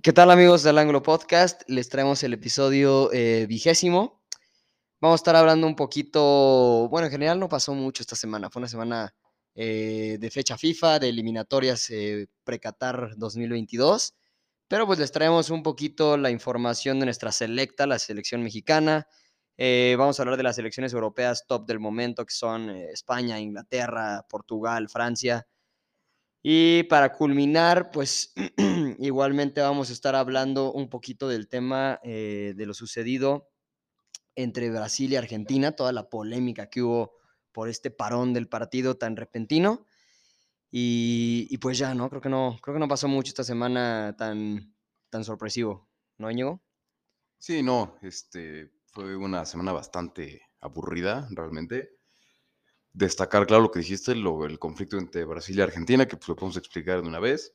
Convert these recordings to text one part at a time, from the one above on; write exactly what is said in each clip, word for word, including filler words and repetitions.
¿Qué tal, amigos del Ángulo Podcast? Les traemos el episodio eh, vigésimo. Vamos a estar hablando un poquito, bueno, en general no pasó mucho esta semana, fue una semana eh, de fecha FIFA, de eliminatorias eh, pre-Qatar dos mil veintidós, pero pues les traemos un poquito la información de nuestra selecta, la selección mexicana. Eh, vamos a hablar de las selecciones europeas top del momento, que son eh, España, Inglaterra, Portugal, Francia. Y para culminar, pues igualmente vamos a estar hablando un poquito del tema eh, de lo sucedido entre Brasil y Argentina, toda la polémica que hubo por este parón del partido tan repentino. Y, y pues ya, ¿no? Creo que no, creo que no pasó mucho esta semana tan, tan sorpresivo, ¿no, Íñigo? Sí, no, este fue una semana bastante aburrida, realmente. Destacar, claro, lo que dijiste, lo, el conflicto entre Brasil y Argentina, que pues lo podemos explicar de una vez.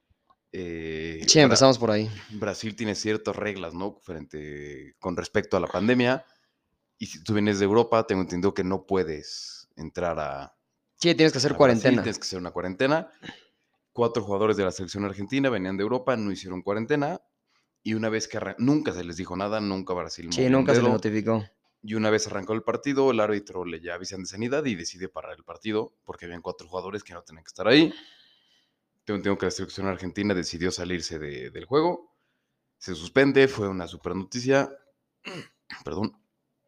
Eh, Sí, Bra- empezamos por ahí. Brasil tiene ciertas reglas, ¿no? Frente, con respecto a la pandemia. Y si tú vienes de Europa, tengo entendido que no puedes entrar a, Sí, tienes que hacer a Brasil, cuarentena. tienes que hacer una cuarentena. Cuatro jugadores de la selección argentina venían de Europa, no hicieron cuarentena. Y una vez que arran- nunca se les dijo nada, nunca Brasil Sí, movió un nunca se les dedo. notificó. Y una vez arrancó el partido, el árbitro le ya avisan de sanidad y decide parar el partido porque habían cuatro jugadores que no tenían que estar ahí. Tengo, tengo que la selección argentina decidió salirse de, del juego. Se suspende, fue una super noticia. Perdón.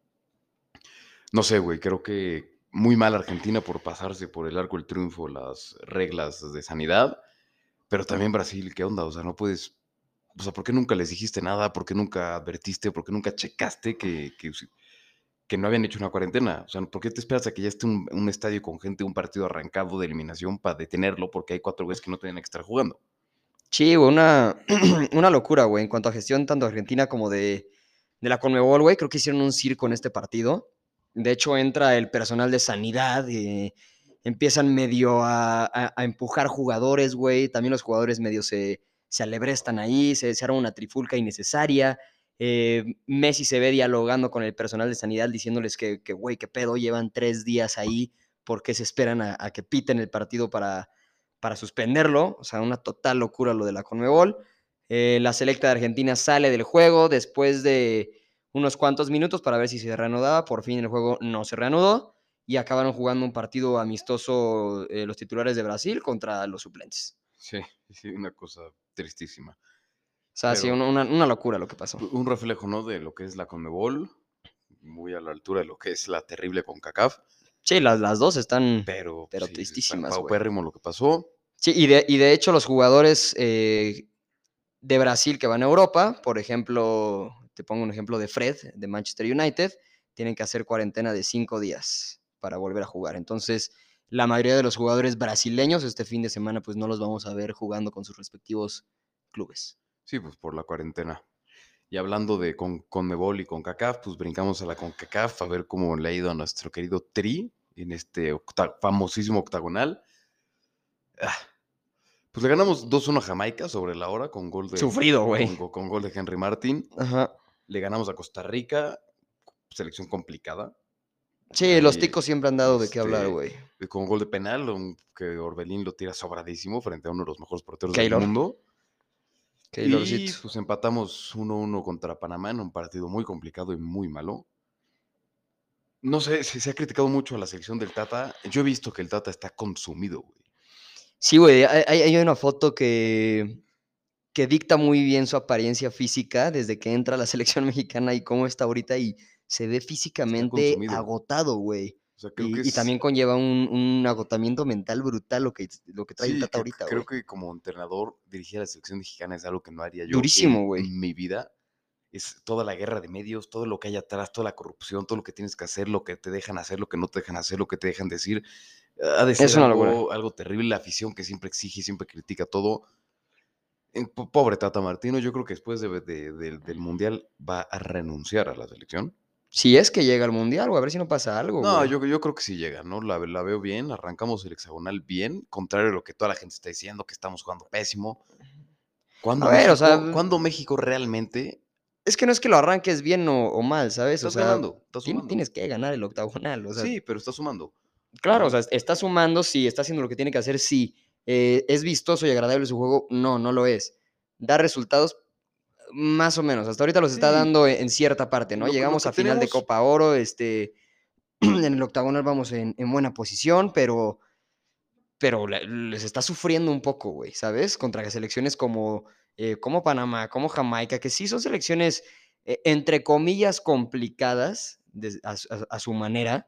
No sé, güey, creo que muy mal Argentina por pasarse por el arco del triunfo las reglas de sanidad. Pero también Brasil, ¿qué onda? O sea, no puedes. O sea, ¿por qué nunca les dijiste nada? ¿Por qué nunca advertiste? ¿Por qué nunca checaste que, que que no habían hecho una cuarentena? O sea, ¿por qué te esperas a que ya esté un, un estadio con gente, un partido arrancado de eliminación para detenerlo? Porque hay cuatro güeyes que no tenían que estar jugando. Sí, güey, una, una locura, güey, en cuanto a gestión tanto de Argentina como de, de la Conmebol, güey. Creo que hicieron un circo en este partido. De hecho, entra el personal de sanidad, eh, empiezan medio a, a- a empujar jugadores, güey. También los jugadores medio se, se alebrestan ahí, se, se arma una trifulca innecesaria. Eh, Messi se ve dialogando con el personal de sanidad diciéndoles que, que, güey, qué pedo, llevan tres días ahí, ¿por qué se esperan a, a que piten el partido para para suspenderlo? O sea, una total locura lo de la Conmebol. Eh, la selecta de Argentina sale del juego después de unos cuantos minutos para ver si se reanudaba. Por fin el juego no se reanudó y acabaron jugando un partido amistoso eh, los titulares de Brasil contra los suplentes. Sí, sí, una cosa tristísima. O sea, sí, Pero una, una locura lo que pasó. un reflejo, ¿no? De lo que es la Conmebol, muy a la altura de lo que es la terrible CONCACAF. Sí, las, las dos están, Pero pero sí, pa- tristísimas, güey. paupérrimo lo que pasó. Sí, y de, y de hecho los jugadores eh, de Brasil que van a Europa, por ejemplo, te pongo un ejemplo de Fred, de Manchester United, tienen que hacer cuarentena de cinco días para volver a jugar. Entonces, la mayoría de los jugadores brasileños este fin de semana, pues no los vamos a ver jugando con sus respectivos clubes. Sí, pues por la cuarentena. Y hablando de con, Conmebol y CONCACAF, pues brincamos a la CONCACAF a ver cómo le ha ido a nuestro querido Tri en este octa- famosísimo octagonal. Ah, Pues le ganamos dos uno a Jamaica sobre la hora con gol de, Sufrido, güey. con, go- con gol de Henry Martin. Ajá. Le ganamos a Costa Rica, selección complicada. Sí, los Ahí, ticos siempre han dado de qué hablar, este, güey. con gol de penal, un- que Orbelín lo tira sobradísimo frente a uno de los mejores porteros del Keylor. mundo. Y Keylorcito. pues empatamos uno uno contra Panamá en un partido muy complicado y muy malo. No sé, se, se ha criticado mucho a la selección del Tata. Yo he visto que el Tata está consumido, güey. Sí, güey, hay, hay hay una foto que, que dicta muy bien su apariencia física desde que entra a la selección mexicana y cómo está ahorita y se ve Está físicamente consumido. agotado, güey. O sea, creo que Y, y es. también conlleva un, un agotamiento mental brutal lo que, lo que trae el Sí, Tata que- ahorita, creo güey. que como entrenador dirigir a la selección mexicana es algo que no haría yo Durísimo, en güey. mi vida. Es toda la guerra de medios, todo lo que hay atrás, toda la corrupción, todo lo que tienes que hacer, lo que te dejan hacer, lo que no te dejan hacer, lo que te dejan decir. Ha de Es ser una locura. algo, algo terrible. La afición que siempre exige, siempre critica todo. Eh, po- Pobre Tata Martino, yo creo que después de- de- del del Mundial va a renunciar a la selección. Si es que llega al mundial, güey, a ver si no pasa algo, No, güey. yo, yo creo que sí llega, ¿no? La, la veo bien, arrancamos el hexagonal bien, contrario a lo que toda la gente está diciendo, que estamos jugando pésimo. A ¿Cuándo ver, o sea, México, cuándo México realmente es que no es que lo arranques bien o, o mal, ¿sabes? O está sea, ganando, está tien- sumando? tienes que ganar el octagonal, o sea, Sí, pero está sumando, claro, o sea, ¿no? está sumando, sí, está haciendo lo que tiene que hacer, sí. Eh, ¿Es vistoso y agradable su juego? No, no lo es. ¿Da resultados? Más o menos, hasta ahorita los está Sí, dando en cierta parte, ¿no? lo que, lo Llegamos que a final de tenemos, Copa Oro, este, en el octagonal vamos en, en buena posición, pero, pero la- les está sufriendo un poco, güey, ¿sabes? Contra selecciones como, eh, como Panamá, como Jamaica, que sí son selecciones, eh, entre comillas, complicadas de- a, su- a- a su manera,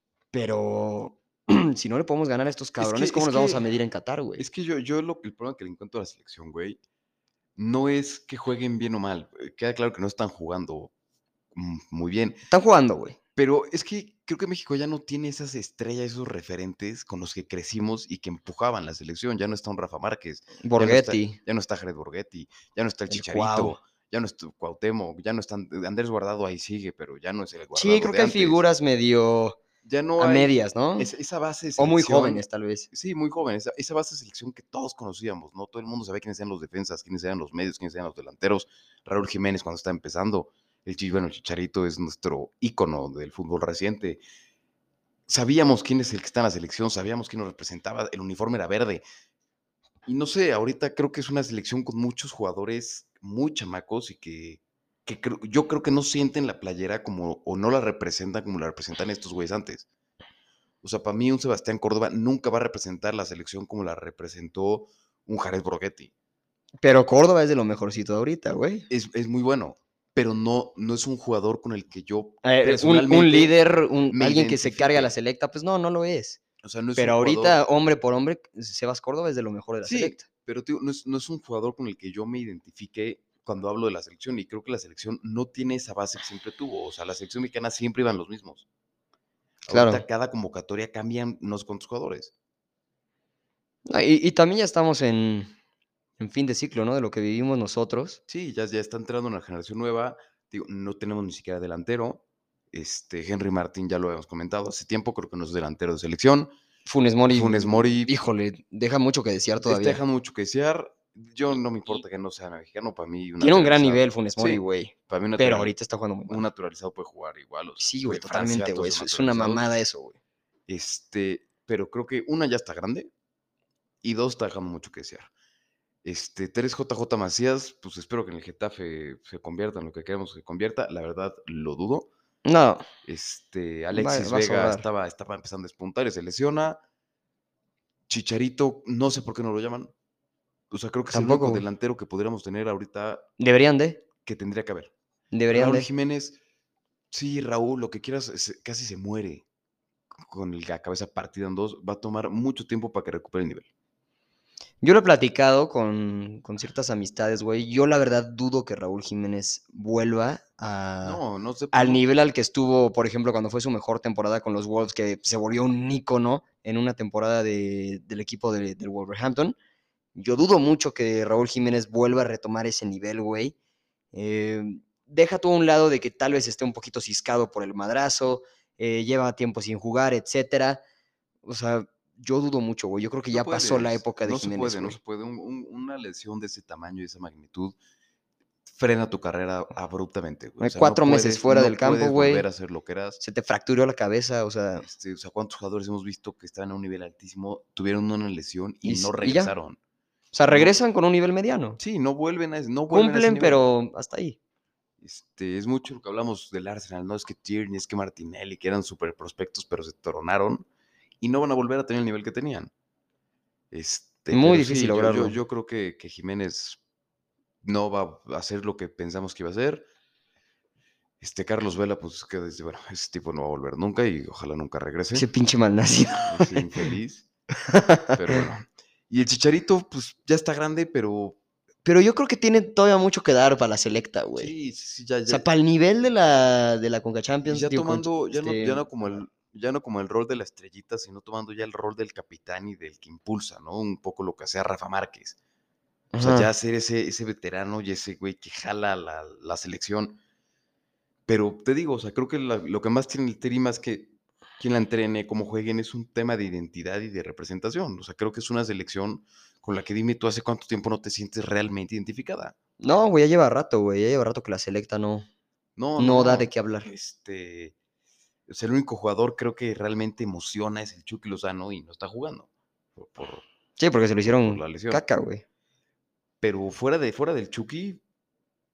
pero si no le podemos ganar a estos es que, cabrones, ¿cómo es nos vamos a que, medir en Qatar, güey? es que yo, yo lo, el problema que le encuentro a la selección, güey, no es que jueguen bien o mal. eh, Queda claro que no están jugando mm, muy bien. Están jugando, güey. Pero es que creo que México ya no tiene esas estrellas, esos referentes con los que crecimos y que empujaban la selección. Ya no está un Rafa Márquez, ya no está, Borghetti, ya no está Jared Borghetti, ya no está el el Cuau. Chicharito, ya no está Cuauhtémoc, ya no está Andrés Guardado, ahí sigue, pero ya no es el Sí, Guardado creo de que hay antes. figuras medio Ya no a hay medias, ¿no? es- esa base de O muy selección, jóvenes, tal vez. sí, muy joven, esa, esa base de selección que todos conocíamos, ¿no? Todo el mundo sabía quiénes eran los defensas, quiénes eran los medios, quiénes eran los delanteros. Raúl Jiménez cuando está empezando, el, Chi- bueno, el Chicharito es nuestro ícono del fútbol reciente. Sabíamos quién es el que está en la selección, sabíamos quién nos representaba, el uniforme era verde. Y no sé, ahorita creo que es una selección con muchos jugadores muy chamacos y que, que creo- yo creo que no sienten la playera como, o no la representan como la representan estos güeyes antes. O sea, para mí un Sebastián Córdoba nunca va a representar la selección como la representó un Jared Borghetti. Pero Córdoba es de lo mejorcito de ahorita, güey. Es, es muy bueno, pero no, no es un jugador con el que yo Eh, un, un personalmente líder, un, me alguien que se cargue a la identifique. selecta, pues no, no lo es. O sea, no es un Pero ahorita, jugador. hombre por hombre, Sebas Córdoba es de lo mejor de la Sí, selecta. pero tío, no, es, no es un jugador con el que yo me identifique cuando hablo de la selección y creo que la selección no tiene esa base que siempre tuvo. O sea, la selección mexicana siempre iban los mismos. Ahorita Claro. cada convocatoria cambian unos cuantos jugadores. Ah, Y, y también ya estamos en, en fin de ciclo, ¿no? De lo que vivimos nosotros. Sí, ya, ya está entrando una generación nueva. Digo, no tenemos ni siquiera delantero. Este, Henry Martín ya lo habíamos comentado hace tiempo, creo que no es delantero de selección. Funes Mori, Funes Mori híjole, deja mucho que desear está todavía. dejando mucho que desear. Yo Y, no me y importa que no sea mexicano, para mí un tiene un gran naturalizado. nivel Funes Mori, Sí, güey. para mí un, Pero natural, ahorita está jugando muy un mal. naturalizado puede jugar igual, o sea, Sí, estoy güey, totalmente totalmente, cierto de güey. sus Es es una naturalizados. mamada eso, güey. Este, pero creo que una ya está grande y dos está dejando mucho que desear. Este, tres J J Macías, pues espero que en el Getafe se convierta en lo que queremos que se convierta. La verdad, lo dudo. No, Este, va, Alexis va a Vega sobrar. estaba, estaba empezando a despuntar y se lesiona. Chicharito, no sé por qué no lo llaman. O sea, creo que es el Tampoco, único güey. delantero que podríamos tener ahorita Deberían de, que tendría que haber. deberían Raúl de. Jiménez, sí, Raúl, lo que quieras, se- casi se muere con la cabeza partida en dos. Va a tomar mucho tiempo para que recupere el nivel. Yo lo he platicado con, con ciertas amistades, güey. Yo la verdad dudo que Raúl Jiménez vuelva a, No, no sé, al no. nivel al que estuvo, por ejemplo, cuando fue su mejor temporada con los Wolves, que se volvió un ícono en una temporada de- del equipo de- del Wolverhampton. Yo dudo mucho que Raúl Jiménez vuelva a retomar ese nivel, güey. Eh, deja todo a un lado de que tal vez esté un poquito ciscado por el madrazo, eh, lleva tiempo sin jugar, etcétera. O sea, yo dudo mucho, güey. Yo creo que No ya pasó la puedes, época de no se Jiménez, puede, no se güey. puede. Un- un- una lesión de ese tamaño y esa magnitud frena tu carrera abruptamente, güey. O Hay sea, no cuatro meses puedes, fuera no del campo, puedes volver güey. a ser lo que eras. Se te fracturó la cabeza, o sea, Este, o sea, ¿cuántos jugadores hemos visto que estaban a un nivel altísimo, tuvieron una lesión y y, no s- y ya. regresaron? O sea, No, regresan con un nivel mediano. sí, no vuelven a, ese- no vuelven a ese Cumplen, nivel. pero hasta ahí. Este, es mucho lo que hablamos del Arsenal, no es que Tierney, es que Martinelli, que eran súper prospectos, pero se toronaron y no van a volver a tener el nivel que tenían. Este, Muy pero difícil sí, yo, yo, lograrlo. yo creo que, que Jiménez no va a hacer lo que pensamos que iba a hacer. Este Carlos Vela, pues que desde, bueno, ese tipo no va a volver nunca y ojalá nunca regrese. Ese pinche malnacido. Ese infeliz. Pero bueno. Y el Chicharito, pues ya está grande, pero Pero yo creo que tiene todavía mucho que dar para la selecta, güey. sí, sí, sí, ya, O ya. sea, para el nivel de la, de la Conca Y Champions, ya digo, con, tomando, ya no, ya este, no como el, ya no como el rol de la estrellita, sino tomando ya el rol del capitán y del que impulsa, ¿no? Un poco lo que hacía Rafa Márquez. O sea, ya ajá. ser ese, ese veterano y ese güey que jala la, la selección. Pero te digo, o sea, creo que la- lo que más tiene el Teri más que quien la entrene, cómo jueguen, es un tema de identidad y de representación. O sea, creo que es una selección con la que dime tú hace cuánto tiempo no te sientes realmente identificada. No, güey, ya lleva rato, güey. Ya lleva rato que la selecta no, No, no, no da de no. qué hablar. Este, o sea, el único jugador creo que realmente emociona es el Chucky Lozano y no está jugando por, por, Sí, porque se lo por- por hicieron la lesión. caca, güey. Pero fuera de fuera del Chucky,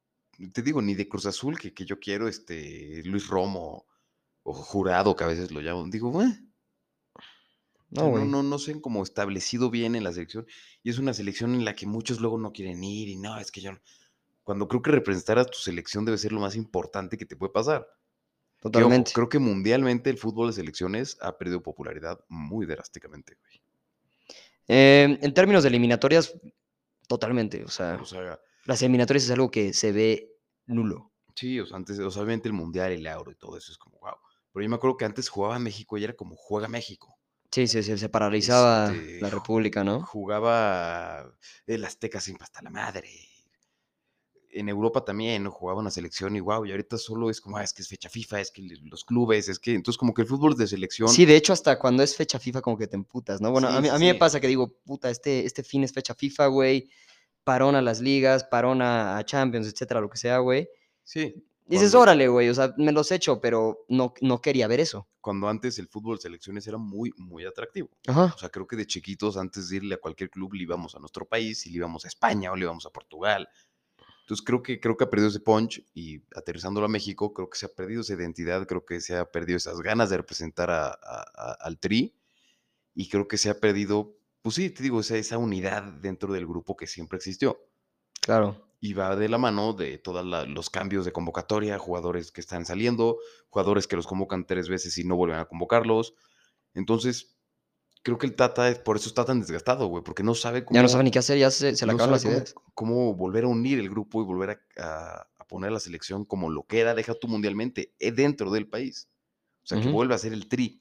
te digo, ni de Cruz Azul, que, que yo quiero, este, Luis Romo o Jurado, que a veces lo llaman. Digo, eh, o No, sea, no, güey. no, no se han como establecido bien en la selección. Y es una selección en la que muchos luego no quieren ir y no, es que yo no. Cuando creo que representar a tu selección debe ser lo más importante que te puede pasar. Que ojo, Totalmente. creo que mundialmente el fútbol de selecciones ha perdido popularidad muy drásticamente, güey. Eh, en términos de eliminatorias, totalmente. O sea, O sea, las eliminatorias es algo que se ve nulo. sí, o sea, antes, o sea, obviamente el mundial, el euro y todo eso es como, wow. Pero yo me acuerdo que antes jugaba México y era como juega México. Sí, sí, sí, se paralizaba Este, la ju- República, ¿no? jugaba el Azteca siempre hasta la madre. En Europa también, ¿no? Jugaba una selección y wow, y ahorita solo es como, ah, es que es fecha FIFA, es que los clubes, es que, entonces como que el fútbol de selección, Sí, de hecho, hasta cuando es fecha FIFA, como que te emputas, ¿no? Bueno, a sí, mí, sí, a mí me sí, pasa que digo, puta, este, este fin es fecha FIFA, güey. Parón a las ligas, parón a, a Champions, etcétera, lo que sea, güey. sí, Dices, cuando, órale, güey, o sea, me los echo, pero no, no quería ver eso. cuando antes el fútbol de selecciones era muy, muy atractivo. Ajá. O sea, creo que de chiquitos, antes de irle a cualquier club, le íbamos a nuestro país, y le íbamos a España o le íbamos a Portugal. Entonces creo que, creo que ha perdido ese punch y aterrizándolo a México, creo que se ha perdido esa identidad, creo que se ha perdido esas ganas de representar a, a- a- al Tri y creo que se ha perdido, pues sí, te digo, esa, esa unidad dentro del grupo que siempre existió. Claro. Y va de la mano de todos los cambios de convocatoria, jugadores que están saliendo, jugadores que los convocan tres veces y no vuelven a convocarlos. Entonces, creo que el Tata es- por eso está tan desgastado, güey, porque no sabe Ya no sabe cómo, ni qué hacer, ya se, se le no acabaron sabe las cómo, ideas. cómo volver a unir el grupo y volver a, a- a poner a la selección como lo que era, deja tú mundialmente, eh, dentro del país. O sea, que Ujú. vuelva a ser el tri.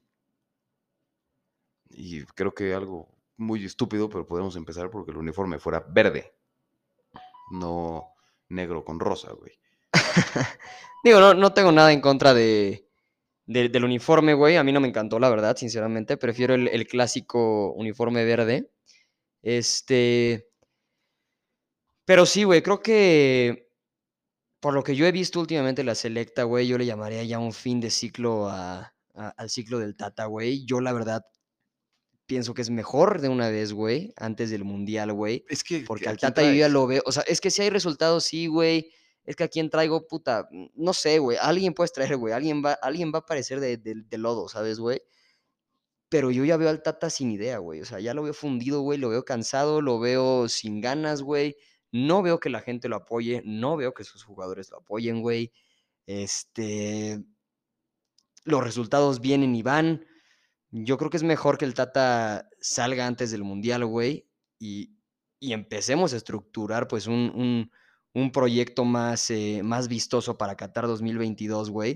Y creo que algo muy estúpido, pero podemos empezar porque el uniforme fuera verde, no negro con rosa, güey. Digo, no, no tengo nada en contra de, de- del uniforme, güey. A mí no me encantó, la verdad, sinceramente. Prefiero el, el clásico uniforme verde. Este. Pero sí, güey, creo que por lo que yo he visto últimamente la selecta, güey, yo le llamaría ya un fin de ciclo a, a- al ciclo del Tata, güey. Yo, la verdad, pienso que es mejor de una vez, güey, antes del mundial, güey. Es que, Porque ¿a al quién Tata yo ya traes? lo veo. O sea, es que si hay resultados, sí, güey. Es que a quién traigo, puta, mm, no sé, güey. Alguien puedes traer, güey. Alguien va, alguien va a aparecer de, de- de lodo, ¿sabes, güey? Pero yo ya veo al Tata sin idea, güey. O sea, ya lo veo fundido, güey. Lo veo cansado, lo veo sin ganas, güey. No veo que la gente lo apoye. No veo que sus jugadores lo apoyen, güey. Este, los resultados vienen y van. Yo creo que es mejor que el Tata salga antes del Mundial, güey, y, y empecemos a estructurar, pues, un, un, un proyecto más, eh, más vistoso para Qatar dos mil veintidós, güey,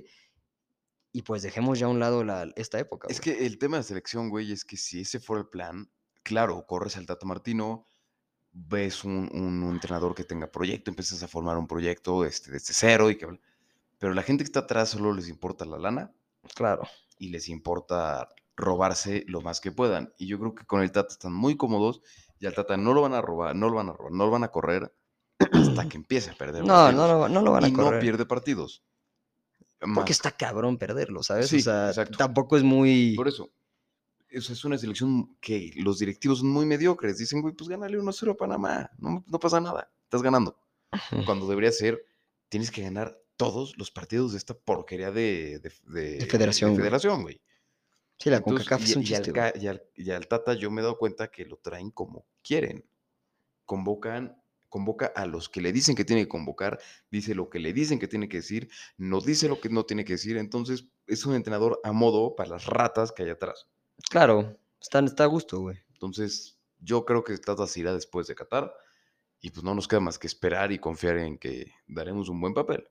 y pues dejemos ya a un lado la, esta época, Es güey. que el tema de selección, güey, es que si ese fuera el plan, claro, corres al Tata Martino, ves un, un- un entrenador que tenga proyecto, empiezas a formar un proyecto este, desde cero, y que, pero la gente que está atrás solo les importa la lana Claro, y les importa robarse lo más que puedan. Y yo creo que con el Tata están muy cómodos y al Tata no lo van a robar, no lo van a robar, no lo van a correr hasta que empiece a perder no, no, partidos. lo- no lo van a Y no correr, pierde partidos. porque Más, está cabrón perderlo, ¿sabes? O sí, sea, exacto. tampoco es Por muy... eso, eso es una selección que los directivos son muy mediocres. Dicen, güey, pues gánale uno cero a Panamá. No, no pasa nada. Estás ganando. Cuando debería ser, tienes que ganar todos los partidos de esta porquería de, de, De de- de federación, güey. federación, güey. Sí, la Entonces, CONCACAF es un y, y al, chiste, güey. ca- y al- y al Tata yo me he dado cuenta que lo traen como quieren. Convocan, convoca a los que le dicen que tiene que convocar, dice lo que le dicen que tiene que decir, no dice lo que no tiene que decir. Entonces, es un entrenador a modo para las ratas que hay atrás. Claro, está, está a gusto, güey. Entonces, yo creo que el Tata se irá después de Qatar y pues no nos queda más que esperar y confiar en que daremos un buen papel.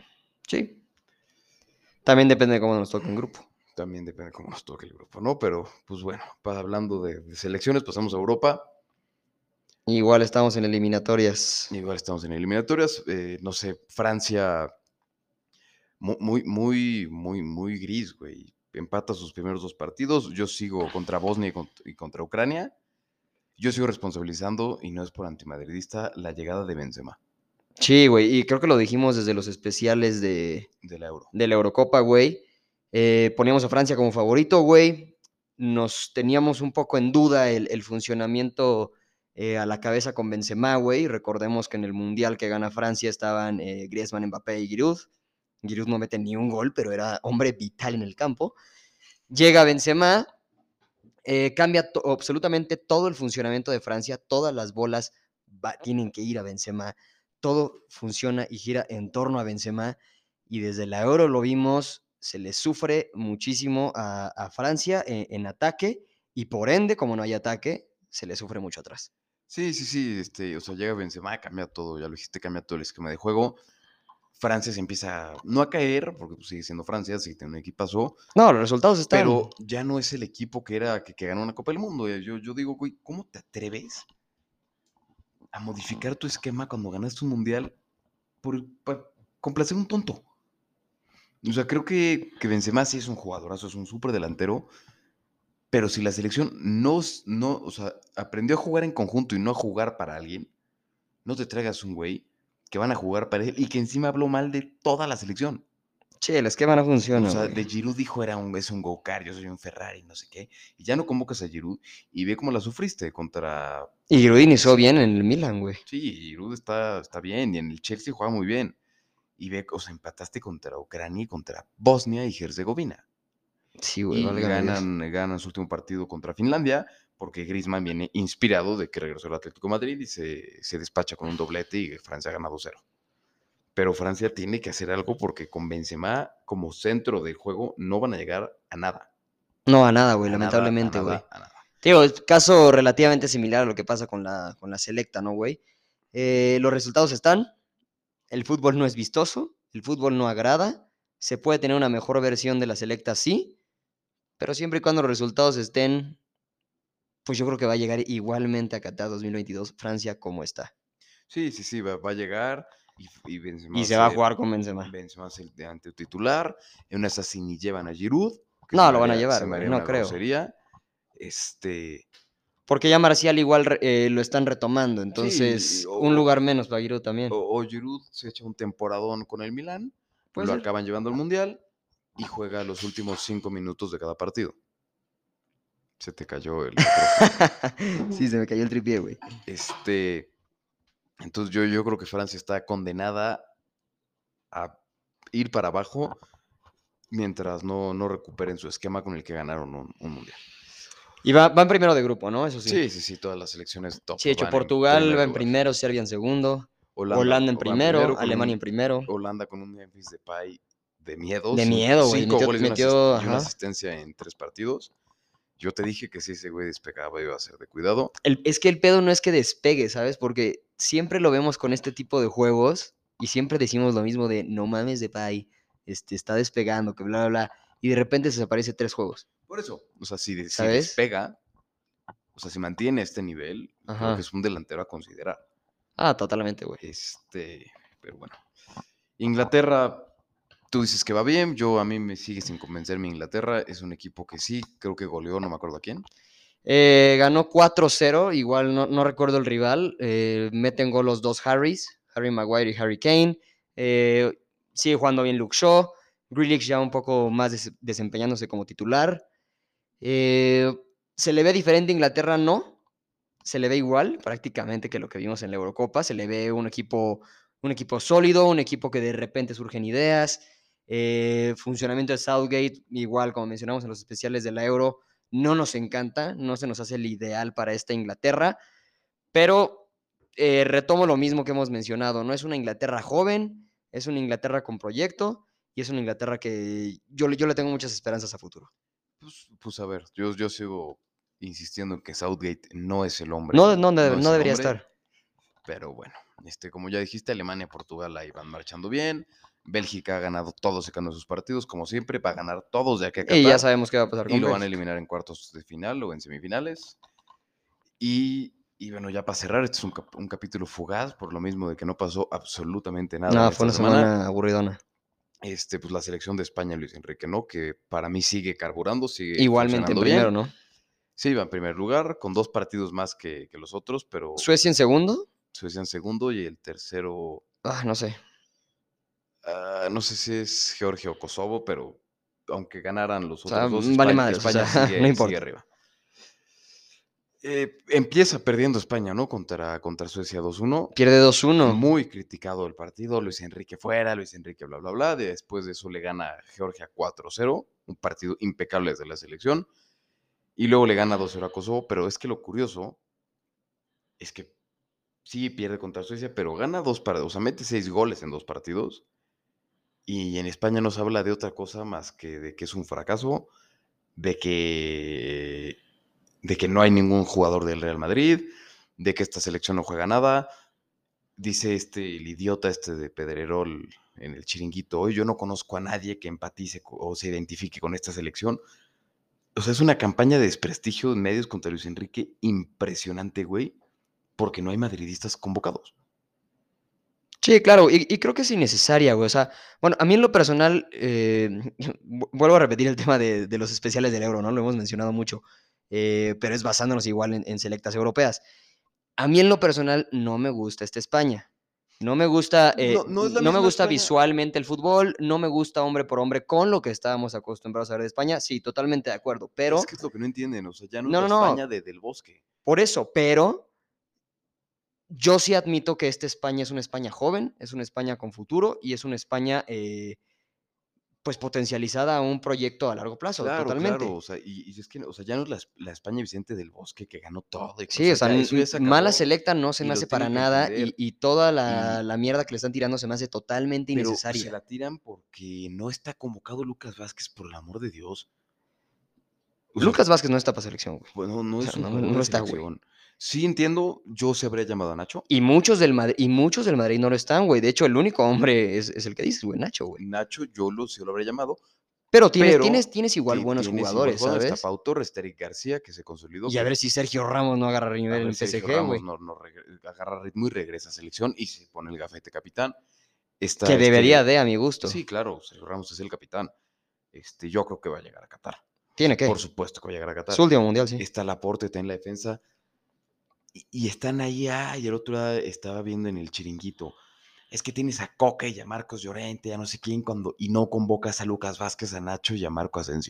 Sí. También depende de cómo nos toque en grupo. También depende cómo nos toque el grupo, ¿no? Pero, pues bueno, pa- hablando de, de selecciones, pasamos a Europa. Igual estamos en eliminatorias. Igual estamos en eliminatorias. Eh, no sé, Francia, mu- muy, muy, muy, muy gris, güey. Empata sus primeros dos partidos. Yo sigo contra Bosnia y, cont- y contra Ucrania. Yo sigo responsabilizando, y no es por antimadridista, la llegada de Benzema, Sí, güey, y creo que lo dijimos desde los especiales de, del Euro. de la Eurocopa, güey. Eh, poníamos a Francia como favorito, güey. Nos teníamos un poco en duda el, el funcionamiento eh, a la cabeza con Benzema, güey. Recordemos que en el Mundial que gana Francia estaban eh, Griezmann, Mbappé y Giroud. Giroud no mete ni un gol, pero era hombre vital en el campo. Llega Benzema, eh, cambia to- absolutamente todo el funcionamiento de Francia, todas las bolas va- tienen que ir a Benzema, todo funciona y gira en torno a Benzema, y desde la Euro lo vimos, se le sufre muchísimo a, a Francia en, en ataque, y por ende, como no hay ataque, se le sufre mucho atrás. Sí, sí, sí, este, o sea, llega Benzema, cambia todo, ya lo dijiste, cambia todo el esquema de juego. Francia se empieza, no a caer, porque pues, sigue siendo Francia, sigue teniendo un equipazo, No, los resultados están. pero ya no es el equipo que era, que, que ganó una Copa del Mundo. Yo, yo digo, güey, ¿cómo te atreves a modificar tu esquema cuando ganaste un mundial por, para complacer a un tonto? O sea, creo que, que Benzema sí es un jugadorazo, es un súper delantero, pero si la selección no, no, o sea, aprendió a jugar en conjunto y no a jugar para alguien, no te traigas un güey que van a jugar para él y que encima habló mal de toda la selección. Che, el esquema no O funciona, sea, güey. de Giroud dijo era un, es un go-kart, yo soy un Ferrari, no sé qué. Y ya no convocas a Giroud y ve cómo la sufriste contra... Y Giroud inició Sí, bien en el Milan, güey. sí, Giroud está, está bien y en el Chelsea juega muy bien. Y ve, o sea, empataste contra Ucrania y contra Bosnia y Herzegovina. Sí, güey, Y válgame Dios. ganan, ganan su último partido contra Finlandia porque Griezmann viene inspirado de que regresó al Atlético de Madrid y se, se despacha con un doblete y Francia gana dos cero. Pero Francia tiene que hacer algo porque con Benzema como centro del juego no van a llegar a nada. No, a nada, güey, A nada, a lamentablemente, güey. nada, a nada. Te digo, es caso relativamente similar a lo que pasa con la, con la selecta, ¿no, güey? Eh, los resultados están, el fútbol no es vistoso, el fútbol no agrada, se puede tener una mejor versión de la selecta, sí, pero siempre y cuando los resultados estén, pues yo creo que va a llegar igualmente a Qatar dos mil veintidós Francia como está. Sí, sí, sí, va, va a llegar y, y Benzema Y va a se va a ser, jugar con Benzema. Benzema va a ser de ante titular. En una así ni llevan a Giroud, que se No, me lo van a haría, llevar, se me güey, haría no una creo. grosería. Este, Porque ya Marcial igual eh, lo están retomando, sí, entonces un o, lugar menos para Giroud también. o, o Giroud se echa un temporadón con el Milán, Puede lo ser. acaban llevando al Mundial y juega los últimos cinco minutos de cada partido. Se te cayó el micrófono. Sí, se me cayó el tripié, güey. Este, entonces yo, yo creo que Francia está condenada a ir para abajo mientras no, no recuperen su esquema con el que ganaron un, un mundial. Y va, van primero de grupo, ¿no? Eso sí. Sí, sí, sí, todas las selecciones top Sí, de hecho, van en Portugal primer va en lugar. primero, Serbia en segundo, Holanda, Holanda en va en primero, primero con Alemania un en primero. Holanda con un Memphis Depay de miedo, De cinco, miedo, güey. cinco Metió, goles y una, metió, y una ajá. asistencia en tres partidos. Yo te dije que si ese güey despegaba iba a ser de cuidado. El, es que el pedo no es que despegue, ¿sabes? Porque siempre lo vemos con este tipo de juegos y siempre decimos lo mismo de no mames Depay, este, está despegando, que bla, bla, bla. Y de repente se desaparece tres juegos, Por eso, o sea, si, de- si ¿sabes? despega, o sea, si mantiene este nivel, creo que Ajá. es un delantero a considerar. Ah, totalmente, güey. Este, pero bueno. Inglaterra, tú dices que va bien, yo a mí me sigue sin convencerme Inglaterra, es un equipo que sí, creo que goleó, no me acuerdo a quién. Eh, ganó cuatro cero, igual no, no recuerdo el rival. Eh, meten gol los dos Harrys, Harry Maguire y Harry Kane. Eh, sigue jugando bien Luke Shaw. Grealish ya un poco más des desempeñándose como titular. Eh, ¿Se le ve diferente a Inglaterra? No. Se le ve igual prácticamente que lo que vimos en la Eurocopa. Se le ve un equipo, un equipo sólido, un equipo que de repente surgen ideas. Eh, funcionamiento de Southgate, igual como mencionamos en los especiales de la Euro, no nos encanta, no se nos hace el ideal para esta Inglaterra, pero eh, retomo lo mismo que hemos mencionado, no es una Inglaterra joven, es una Inglaterra con proyecto y es una Inglaterra que yo, yo le tengo muchas esperanzas a futuro. Pues, pues a ver, yo, yo sigo insistiendo en que Southgate no es el hombre, No, no, no es no el debería hombre, estar. pero bueno, este, como ya dijiste, Alemania, Portugal ahí van marchando bien, Bélgica ha ganado todos sacando sus partidos, como siempre, va a ganar todos de aquí a Y ya Qatar sabemos qué va a pasar y con lo van a Bélgica. eliminar en cuartos de final o en semifinales. Y, y bueno, ya para cerrar, este es un, cap- un capítulo fugaz, por lo mismo de que no pasó absolutamente nada en No, fue esta una semana. semana aburridona. Este, pues la selección de España, Luis Enrique, ¿no? Que para mí sigue carburando, sigue Igualmente en funcionando primero, bien. ¿no? Sí, va en primer lugar, con dos partidos más que, que los otros, pero Suecia en segundo. Suecia en segundo y el tercero, Ah, no sé. ah, no sé si es Georgia o Kosovo, pero aunque ganaran los O sea, otros dos, vale España, madres, o sea, España no sigue, sigue importa. arriba. Eh, empieza perdiendo España, ¿no? Contra, contra Suecia dos uno. Pierde dos uno. Muy criticado el partido. Luis Enrique fuera, Luis Enrique bla, bla, bla. Después de eso le gana a Georgia cuatro cero. Un partido impecable desde la selección. Y luego le gana dos cero a Kosovo. Pero es que lo curioso es que sí pierde contra Suecia, pero gana dos partidos. O sea, mete seis goles en dos partidos. Y en España no se habla de otra cosa más que de que es un fracaso, de que, de que no hay ningún jugador del Real Madrid, de que esta selección no juega nada. Dice este, el idiota este de Pedrerol en el chiringuito, hoy yo no conozco a nadie que empatice o se identifique con esta selección. O sea, es una campaña de desprestigio en medios contra Luis Enrique impresionante, güey, porque no hay madridistas convocados. Sí, claro, y, y creo que es innecesaria, güey. O sea, bueno, a mí en lo personal, eh, vuelvo a repetir el tema de, de, los especiales del Euro, ¿no? Lo hemos mencionado mucho, eh, pero es basándonos igual en, en selectas europeas. A mí en lo personal no me gusta esta España. No me gusta, eh, No, no es la no me misma gusta España. visualmente el fútbol, no me gusta hombre por hombre con lo que estábamos acostumbrados a ver de España. Sí, totalmente de acuerdo, pero... Es que es lo que no entienden, o sea, ya no, No, es no, la no. España de, del Bosque. Por eso, pero yo sí admito que esta España es una España joven, es una España con futuro y es una España, eh, pues, potencializada a un proyecto a largo plazo, Claro, claro, totalmente. o sea, y, y es que, o sea, ya no es la, la España Vicente del Bosque que ganó todo, y, o Sí, o sea, sea, ya n- eso ya n- se mala acabó selecta no se y me lo hace para tienen que nada y, entender, y toda la, y, la mierda que le están tirando se me hace totalmente pero pues, se innecesaria. la tiran porque no está convocado Lucas Vázquez, por el amor de Dios. O sea, Lucas Vázquez no está para selección, güey. bueno, no O sea, es un no, no, jugador no de está, güey. selección. Sí entiendo, yo se habría llamado a Nacho. Y muchos del Madrid, y muchos del Madrid no lo están, güey. De hecho, el único hombre es, es el que dices, güey, Nacho, güey. Nacho yo lo, sí lo habría llamado, Pero tienes, tienes, pero tienes igual ti- buenos tienes igual jugadores, jugadores. Está ¿sabes? Pau Torres, está Eric García, que se consolidó, Y a que ver si Sergio Ramos no agarra a nivel en ver el Sergio P S G, Ramos güey. no, no regre- agarra ritmo y regresa a selección y se pone el gafete capitán. Está Que debería este, de, a mi gusto. sí, claro, Sergio Ramos es el capitán. Este, yo creo que va a llegar a Qatar. Tiene Por que. supuesto que va a llegar a Su Qatar. último mundial, sí. Está Laporte, está en la defensa. Y, y están ahí, ah, y el otro día estaba viendo en el chiringuito. Es que tienes a Coque y a Marcos Llorente, a no sé quién, cuando, y no convocas a Lucas Vázquez, a Nacho y a Marco Asensio.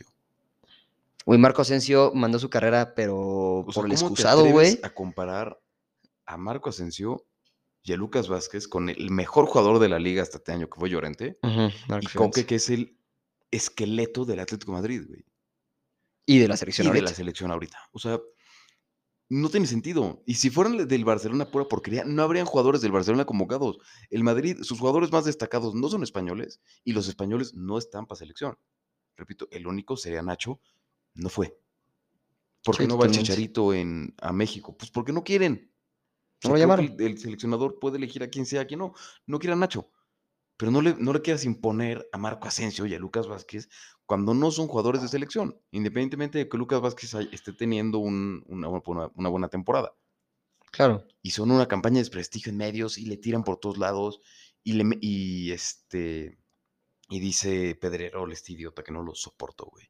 Uy, Marco Asensio mandó su carrera, pero O sea, por el ¿cómo te excusado, atreves güey. a comparar a Marco Asensio y a Lucas Vázquez con el mejor jugador de la liga hasta este año, que fue Llorente, Uh-huh, y Marcos Coque, Llorente. que es el esqueleto del Atlético de Madrid, güey? Y de la selección Y de la ahorita. selección ahorita. O sea, no tiene sentido. Y si fueran del Barcelona pura porquería, no habrían jugadores del Barcelona convocados. El Madrid, sus jugadores más destacados no son españoles y los españoles no están para selección. Repito, el único sería Nacho, no fue. ¿Por qué Sí, no va el totalmente. Chicharito en, a México? Pues porque no quieren. O No sea, lo creo que llamaron. el, el seleccionador puede elegir a quien sea, a quien no. No quiere a Nacho. Pero no le, no le quieras imponer a Marco Asensio y a Lucas Vázquez cuando no son jugadores de selección, independientemente de que Lucas Vázquez hay- esté teniendo un- una, una- una buena temporada. Claro. Y son una campaña de desprestigio en medios y le tiran por todos lados. Y, le, me- y este y dice Pedrerol, este idiota que no lo soporto, güey.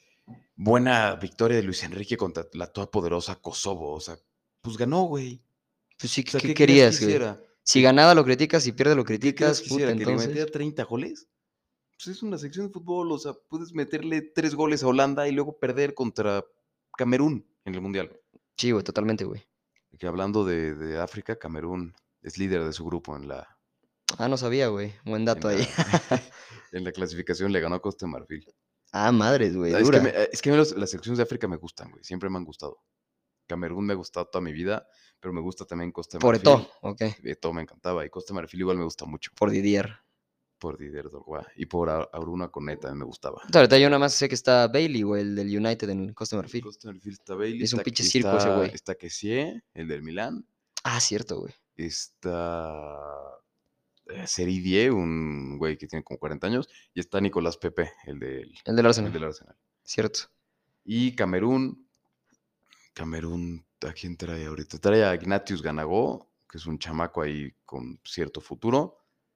Buena victoria de Luis Enrique contra la todopoderosa Kosovo. O sea, pues ganó, güey. Pues sí, O ¿qué, sea, qué ¿qué querías que querías, güey? hiciera? Si ¿Qué, ganaba lo criticas, si pierde lo qué querías criticas, que puta, hiciera? ¿Que le metiera entonces. treinta goles? Pues es una sección de fútbol, o sea, puedes meterle tres goles a Holanda y luego perder contra Camerún en el Mundial. Sí, güey, totalmente, güey. Que hablando de, de África, Camerún es líder de su grupo en la, Ah, no sabía, güey. Buen en dato ahí. la, en la clasificación, le ganó a Costa de Marfil. Ah, madres, güey, Es que, me, dura. es que a mí los- las secciones de África me gustan, güey, siempre me han gustado. Camerún me ha gustado toda mi vida, pero me gusta también Costa de Por Eto'o, Marfil. ok. Todo me encantaba, y Costa de Marfil igual me gusta mucho. Por Didier. Por Didier Drogba y por A- Aruna Koné también me gustaba. Ahorita yo nada más sé que está Bailey, güey, el del United en Costa de Marfil. Costa de Marfil está Bailey, Es un está, pinche circo ese está, güey. está Kessie, el del Milán. Ah, cierto, güey. Está eh, Seridie, un güey que tiene como cuarenta años, y está Nicolás Pepe, el del, El del el Arsenal. del Arsenal. Cierto. Y Camerún, Camerún, ¿a quién trae ahorita? Trae a Ignatius Ganagó, que es un chamaco ahí con cierto futuro,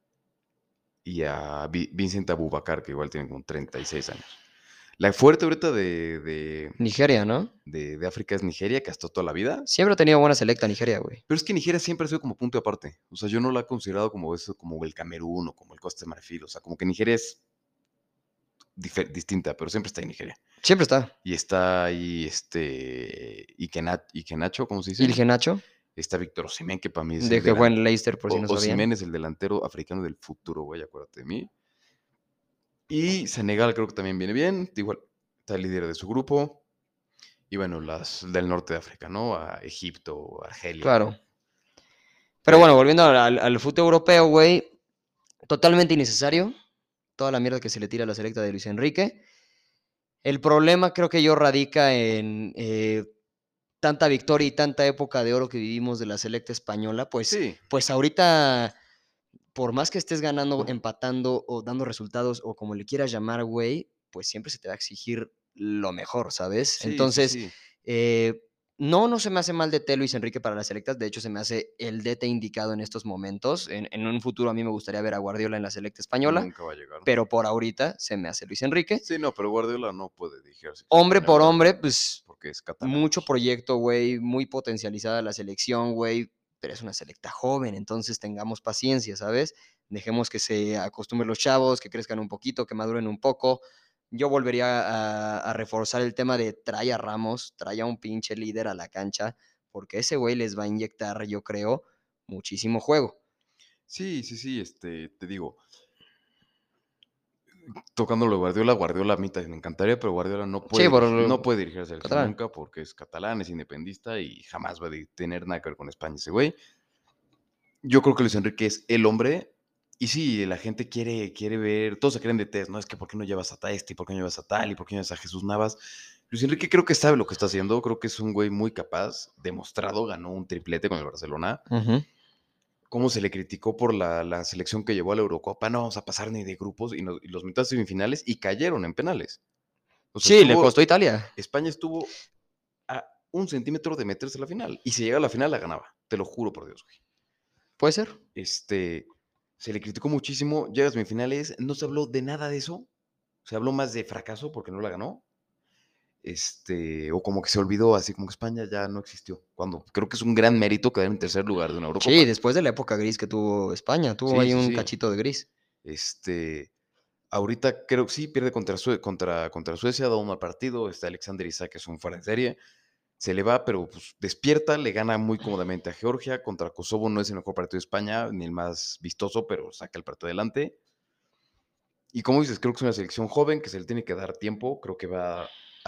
y a Vi- Vincent Abubakar, que igual tiene como treinta y seis años. La fuerte ahorita de, de, Nigeria, ¿no? de, de África es Nigeria, que hasta toda la vida. Siempre ha tenido buena selecta Nigeria, güey. Pero es que Nigeria siempre ha sido como punto aparte. O sea, yo no la he considerado como eso, como el Camerún o como el Costa de Marfil. O sea, como que Nigeria es difer- distinta, pero siempre está en Nigeria. Siempre está. Y está ahí este Ikena- Ikenacho, ¿cómo se dice? Ilge Nacho, Está Víctor Osimhen, que para mí es de el que fue delantero. en Leicester, por si no sabían. Osimhen es el delantero africano del futuro, güey, acuérdate de mí. Y Senegal creo que también viene bien. Igual está el líder de su grupo. Y bueno, las del norte de África, ¿no? A Egipto, Argelia. Claro. Pero bueno, Pero volviendo al, al fútbol europeo, güey, totalmente innecesario. Toda la mierda que se le tira a la selecta de Luis Enrique. El problema creo que yo radica en eh, tanta victoria y tanta época de oro que vivimos de la selecta española. Pues, sí, pues ahorita, por más que estés ganando, empatando o dando resultados o como le quieras llamar, güey, pues siempre se te va a exigir lo mejor, ¿sabes? sí, sí, Entonces, sí. eh, no, no se me hace mal D T Luis Enrique para las selectas. De hecho, se me hace el D T indicado en estos momentos. En, en un futuro a mí me gustaría ver a Guardiola en la selecta española, Nunca va a llegar. pero por ahorita se me hace Luis Enrique. Sí, no, pero Guardiola no puede dirigir a la selección Hombre por española hombre, pues porque es catalán. mucho güey. proyecto, güey, muy potencializada la selección, güey, pero es una selecta joven, entonces tengamos paciencia, ¿sabes? Dejemos que se acostumbren los chavos, que crezcan un poquito, que maduren un poco. Yo volvería a, a reforzar el tema de trae a Ramos, trae a un pinche líder a la cancha, porque ese güey les va a inyectar, yo creo, muchísimo juego. Sí, sí, sí, este, te digo, tocando lo de Guardiola, Guardiola a mí también me encantaría, pero Guardiola no Sí, puede, por dirigir, no puede dirigir a la selección catalán. nunca porque es catalán, es independista y jamás va a de- tener nada que ver con España ese güey. Yo creo que Luis Enrique es el hombre. Y sí, la gente quiere, quiere ver, todos se creen de test, ¿no? Es que ¿por qué no llevas a este? ¿Por qué no llevas a tal? ¿Y por qué no llevas a Jesús Navas? Luis Enrique creo que sabe lo que está haciendo, creo que es un güey muy capaz, demostrado, ganó un triplete con el Barcelona. Uh-huh. Cómo se le criticó por la, la selección que llevó a la Eurocopa, no vamos a pasar ni de grupos, y, no, y los mitad semifinales y cayeron en penales. O sea, Sí, le estuvo, costó a Italia. España estuvo a un centímetro de meterse a la final, y si llega a la final la ganaba, te lo juro por Dios, güey. ¿Puede ser? Este, se le criticó muchísimo, llega a semifinales, no se habló de nada de eso, se habló más de fracaso porque no la ganó, este, o como que se olvidó, así como que España ya no existió, cuando creo que es un gran mérito quedar en tercer lugar de una Sí, Eurocopa. después de la época gris que tuvo España, tuvo Sí, ahí sí, un sí. cachito de gris. Este, ahorita creo que sí, pierde contra, Sue- contra, contra Suecia, da un mal partido, está Alexander Isak, que es un fuera de serie, se le va, pero pues, despierta, le gana muy cómodamente a Georgia, contra Kosovo no es el mejor partido de España, ni el más vistoso, pero saca el partido adelante. Y como dices, creo que es una selección joven que se le tiene que dar tiempo. Creo que va a,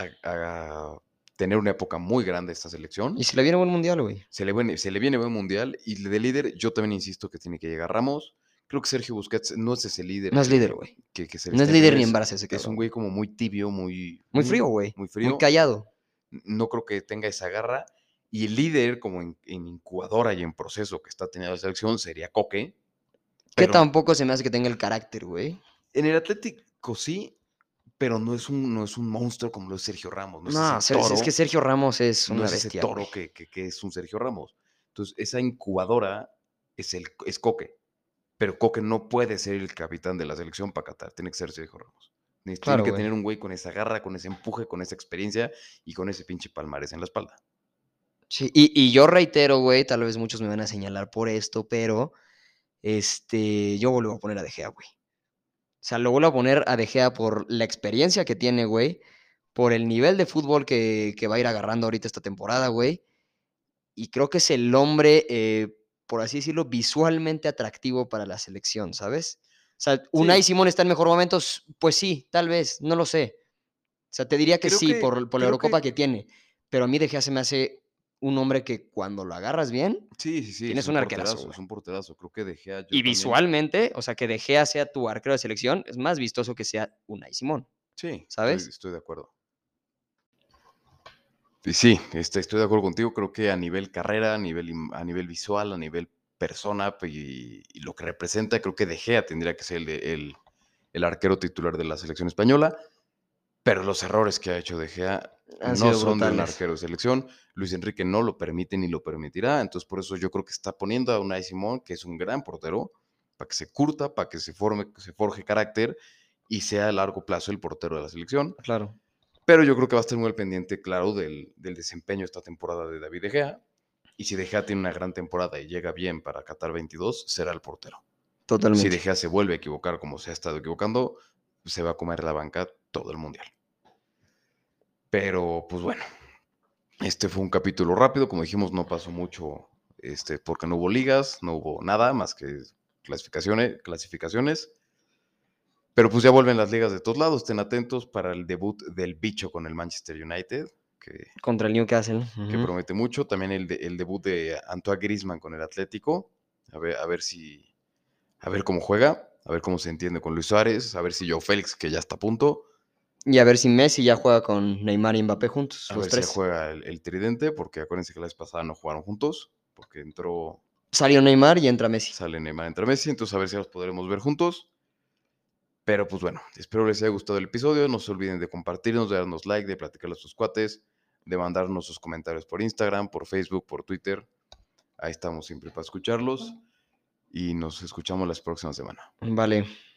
a tener una época muy grande esta selección. Y se le viene buen mundial, güey. Se le, viene, se le viene buen mundial. Y de líder, yo también insisto que tiene que llegar Ramos. Creo que Sergio Busquets no es ese líder No es líder, que, güey. que, que se le No es está líder ni imprimiendo. en Es, Barça ese es un cabrón. güey como muy tibio, muy, Muy frío, güey. muy Muy frío. callado. No creo que tenga esa garra. Y el líder, como en, en incubadora y en proceso que está teniendo la selección, sería Coque. Que Pero tampoco se me hace que tenga el carácter, güey. en el Atlético sí, pero no es un, no es un monstruo como lo es Sergio Ramos, no es ese No, se- es que toro, Sergio Ramos es no una es ese bestia, güey. toro que, que, que es un Sergio Ramos. Entonces, esa incubadora es, el, es Coque, pero Coque no puede ser el capitán de la selección para Qatar, tiene que ser Sergio Ramos. Ni- Tiene Claro, que güey. tener un güey con esa garra, con ese empuje, con esa experiencia y con ese pinche palmarés en la espalda. Sí, y, y yo reitero, güey, tal vez muchos me van a señalar por esto, pero este, yo vuelvo a poner a De Gea, güey. O sea, lo vuelvo a poner a De Gea por la experiencia que tiene, güey, por el nivel de fútbol que, que va a ir agarrando ahorita esta temporada, güey. Y creo que es el hombre, eh, por así decirlo, visualmente atractivo para la selección, ¿sabes? O sea, Unai Sí, Simón está en mejor momento, s- pues sí, tal vez, no lo sé. O sea, te diría que creo sí, que, por, por la creo Eurocopa que, que tiene, pero a mí De Gea se me hace un hombre que cuando lo agarras bien, sí, sí, sí, es tienes un un arquerazo, porterazo, güey. es un porterazo. Creo que De Gea yo Y también. visualmente, o sea, que De Gea sea tu arquero de selección, es más vistoso que sea Unai Simón, Sí, estoy, ¿sabes? estoy de acuerdo. Y sí, este, estoy de acuerdo contigo. Creo que a nivel carrera, a nivel, im- a nivel visual, a nivel persona pues, y, y lo que representa, creo que De Gea tendría que ser el, de- el, el arquero titular de la selección española. Pero los errores que ha hecho De Gea Han no sido son de un brutales. arquero de selección. Luis Enrique no lo permite ni lo permitirá. Entonces, por eso yo creo que está poniendo a Unai Simón, que es un gran portero, para que se curta, para que se forme, que se forje carácter y sea a largo plazo el portero de la selección. Claro, Pero yo creo que va a estar muy al pendiente, claro, del, del desempeño esta temporada de David De Gea. Y si De Gea tiene una gran temporada y llega bien para Qatar veintidós, será el portero. Si De totalmente. Gea se vuelve a equivocar como se ha estado equivocando, se va a comer la banca todo el mundial. Pero, pues bueno, este fue un capítulo rápido, como dijimos, no pasó mucho, este, porque no hubo ligas, no hubo nada más que clasificaciones, clasificaciones. Pero pues ya vuelven las ligas de todos lados, estén atentos para el debut del bicho con el Manchester United, que, Contra el Newcastle. que Ujú. promete mucho. También el, de- el debut de Antoine Griezmann con el Atlético, a ver, a ver si, a ver cómo juega, a ver cómo se entiende con Luis Suárez, a ver si Joe Félix, que ya está a punto, Y a ver si Messi ya juega con Neymar y Mbappé juntos, a los ver si ya tres. juega el, el tridente, porque acuérdense que la vez pasada no jugaron juntos, porque entró, Salió Neymar y entra Messi. sale Neymar entre Messi, entonces a ver si los podremos ver juntos. Pero pues bueno, espero les haya gustado el episodio. No se olviden de compartirnos, de darnos like, de platicarle a sus cuates, de mandarnos sus comentarios por Instagram, por Facebook, por Twitter. Ahí estamos siempre para escucharlos y nos escuchamos la próxima semana. Vale.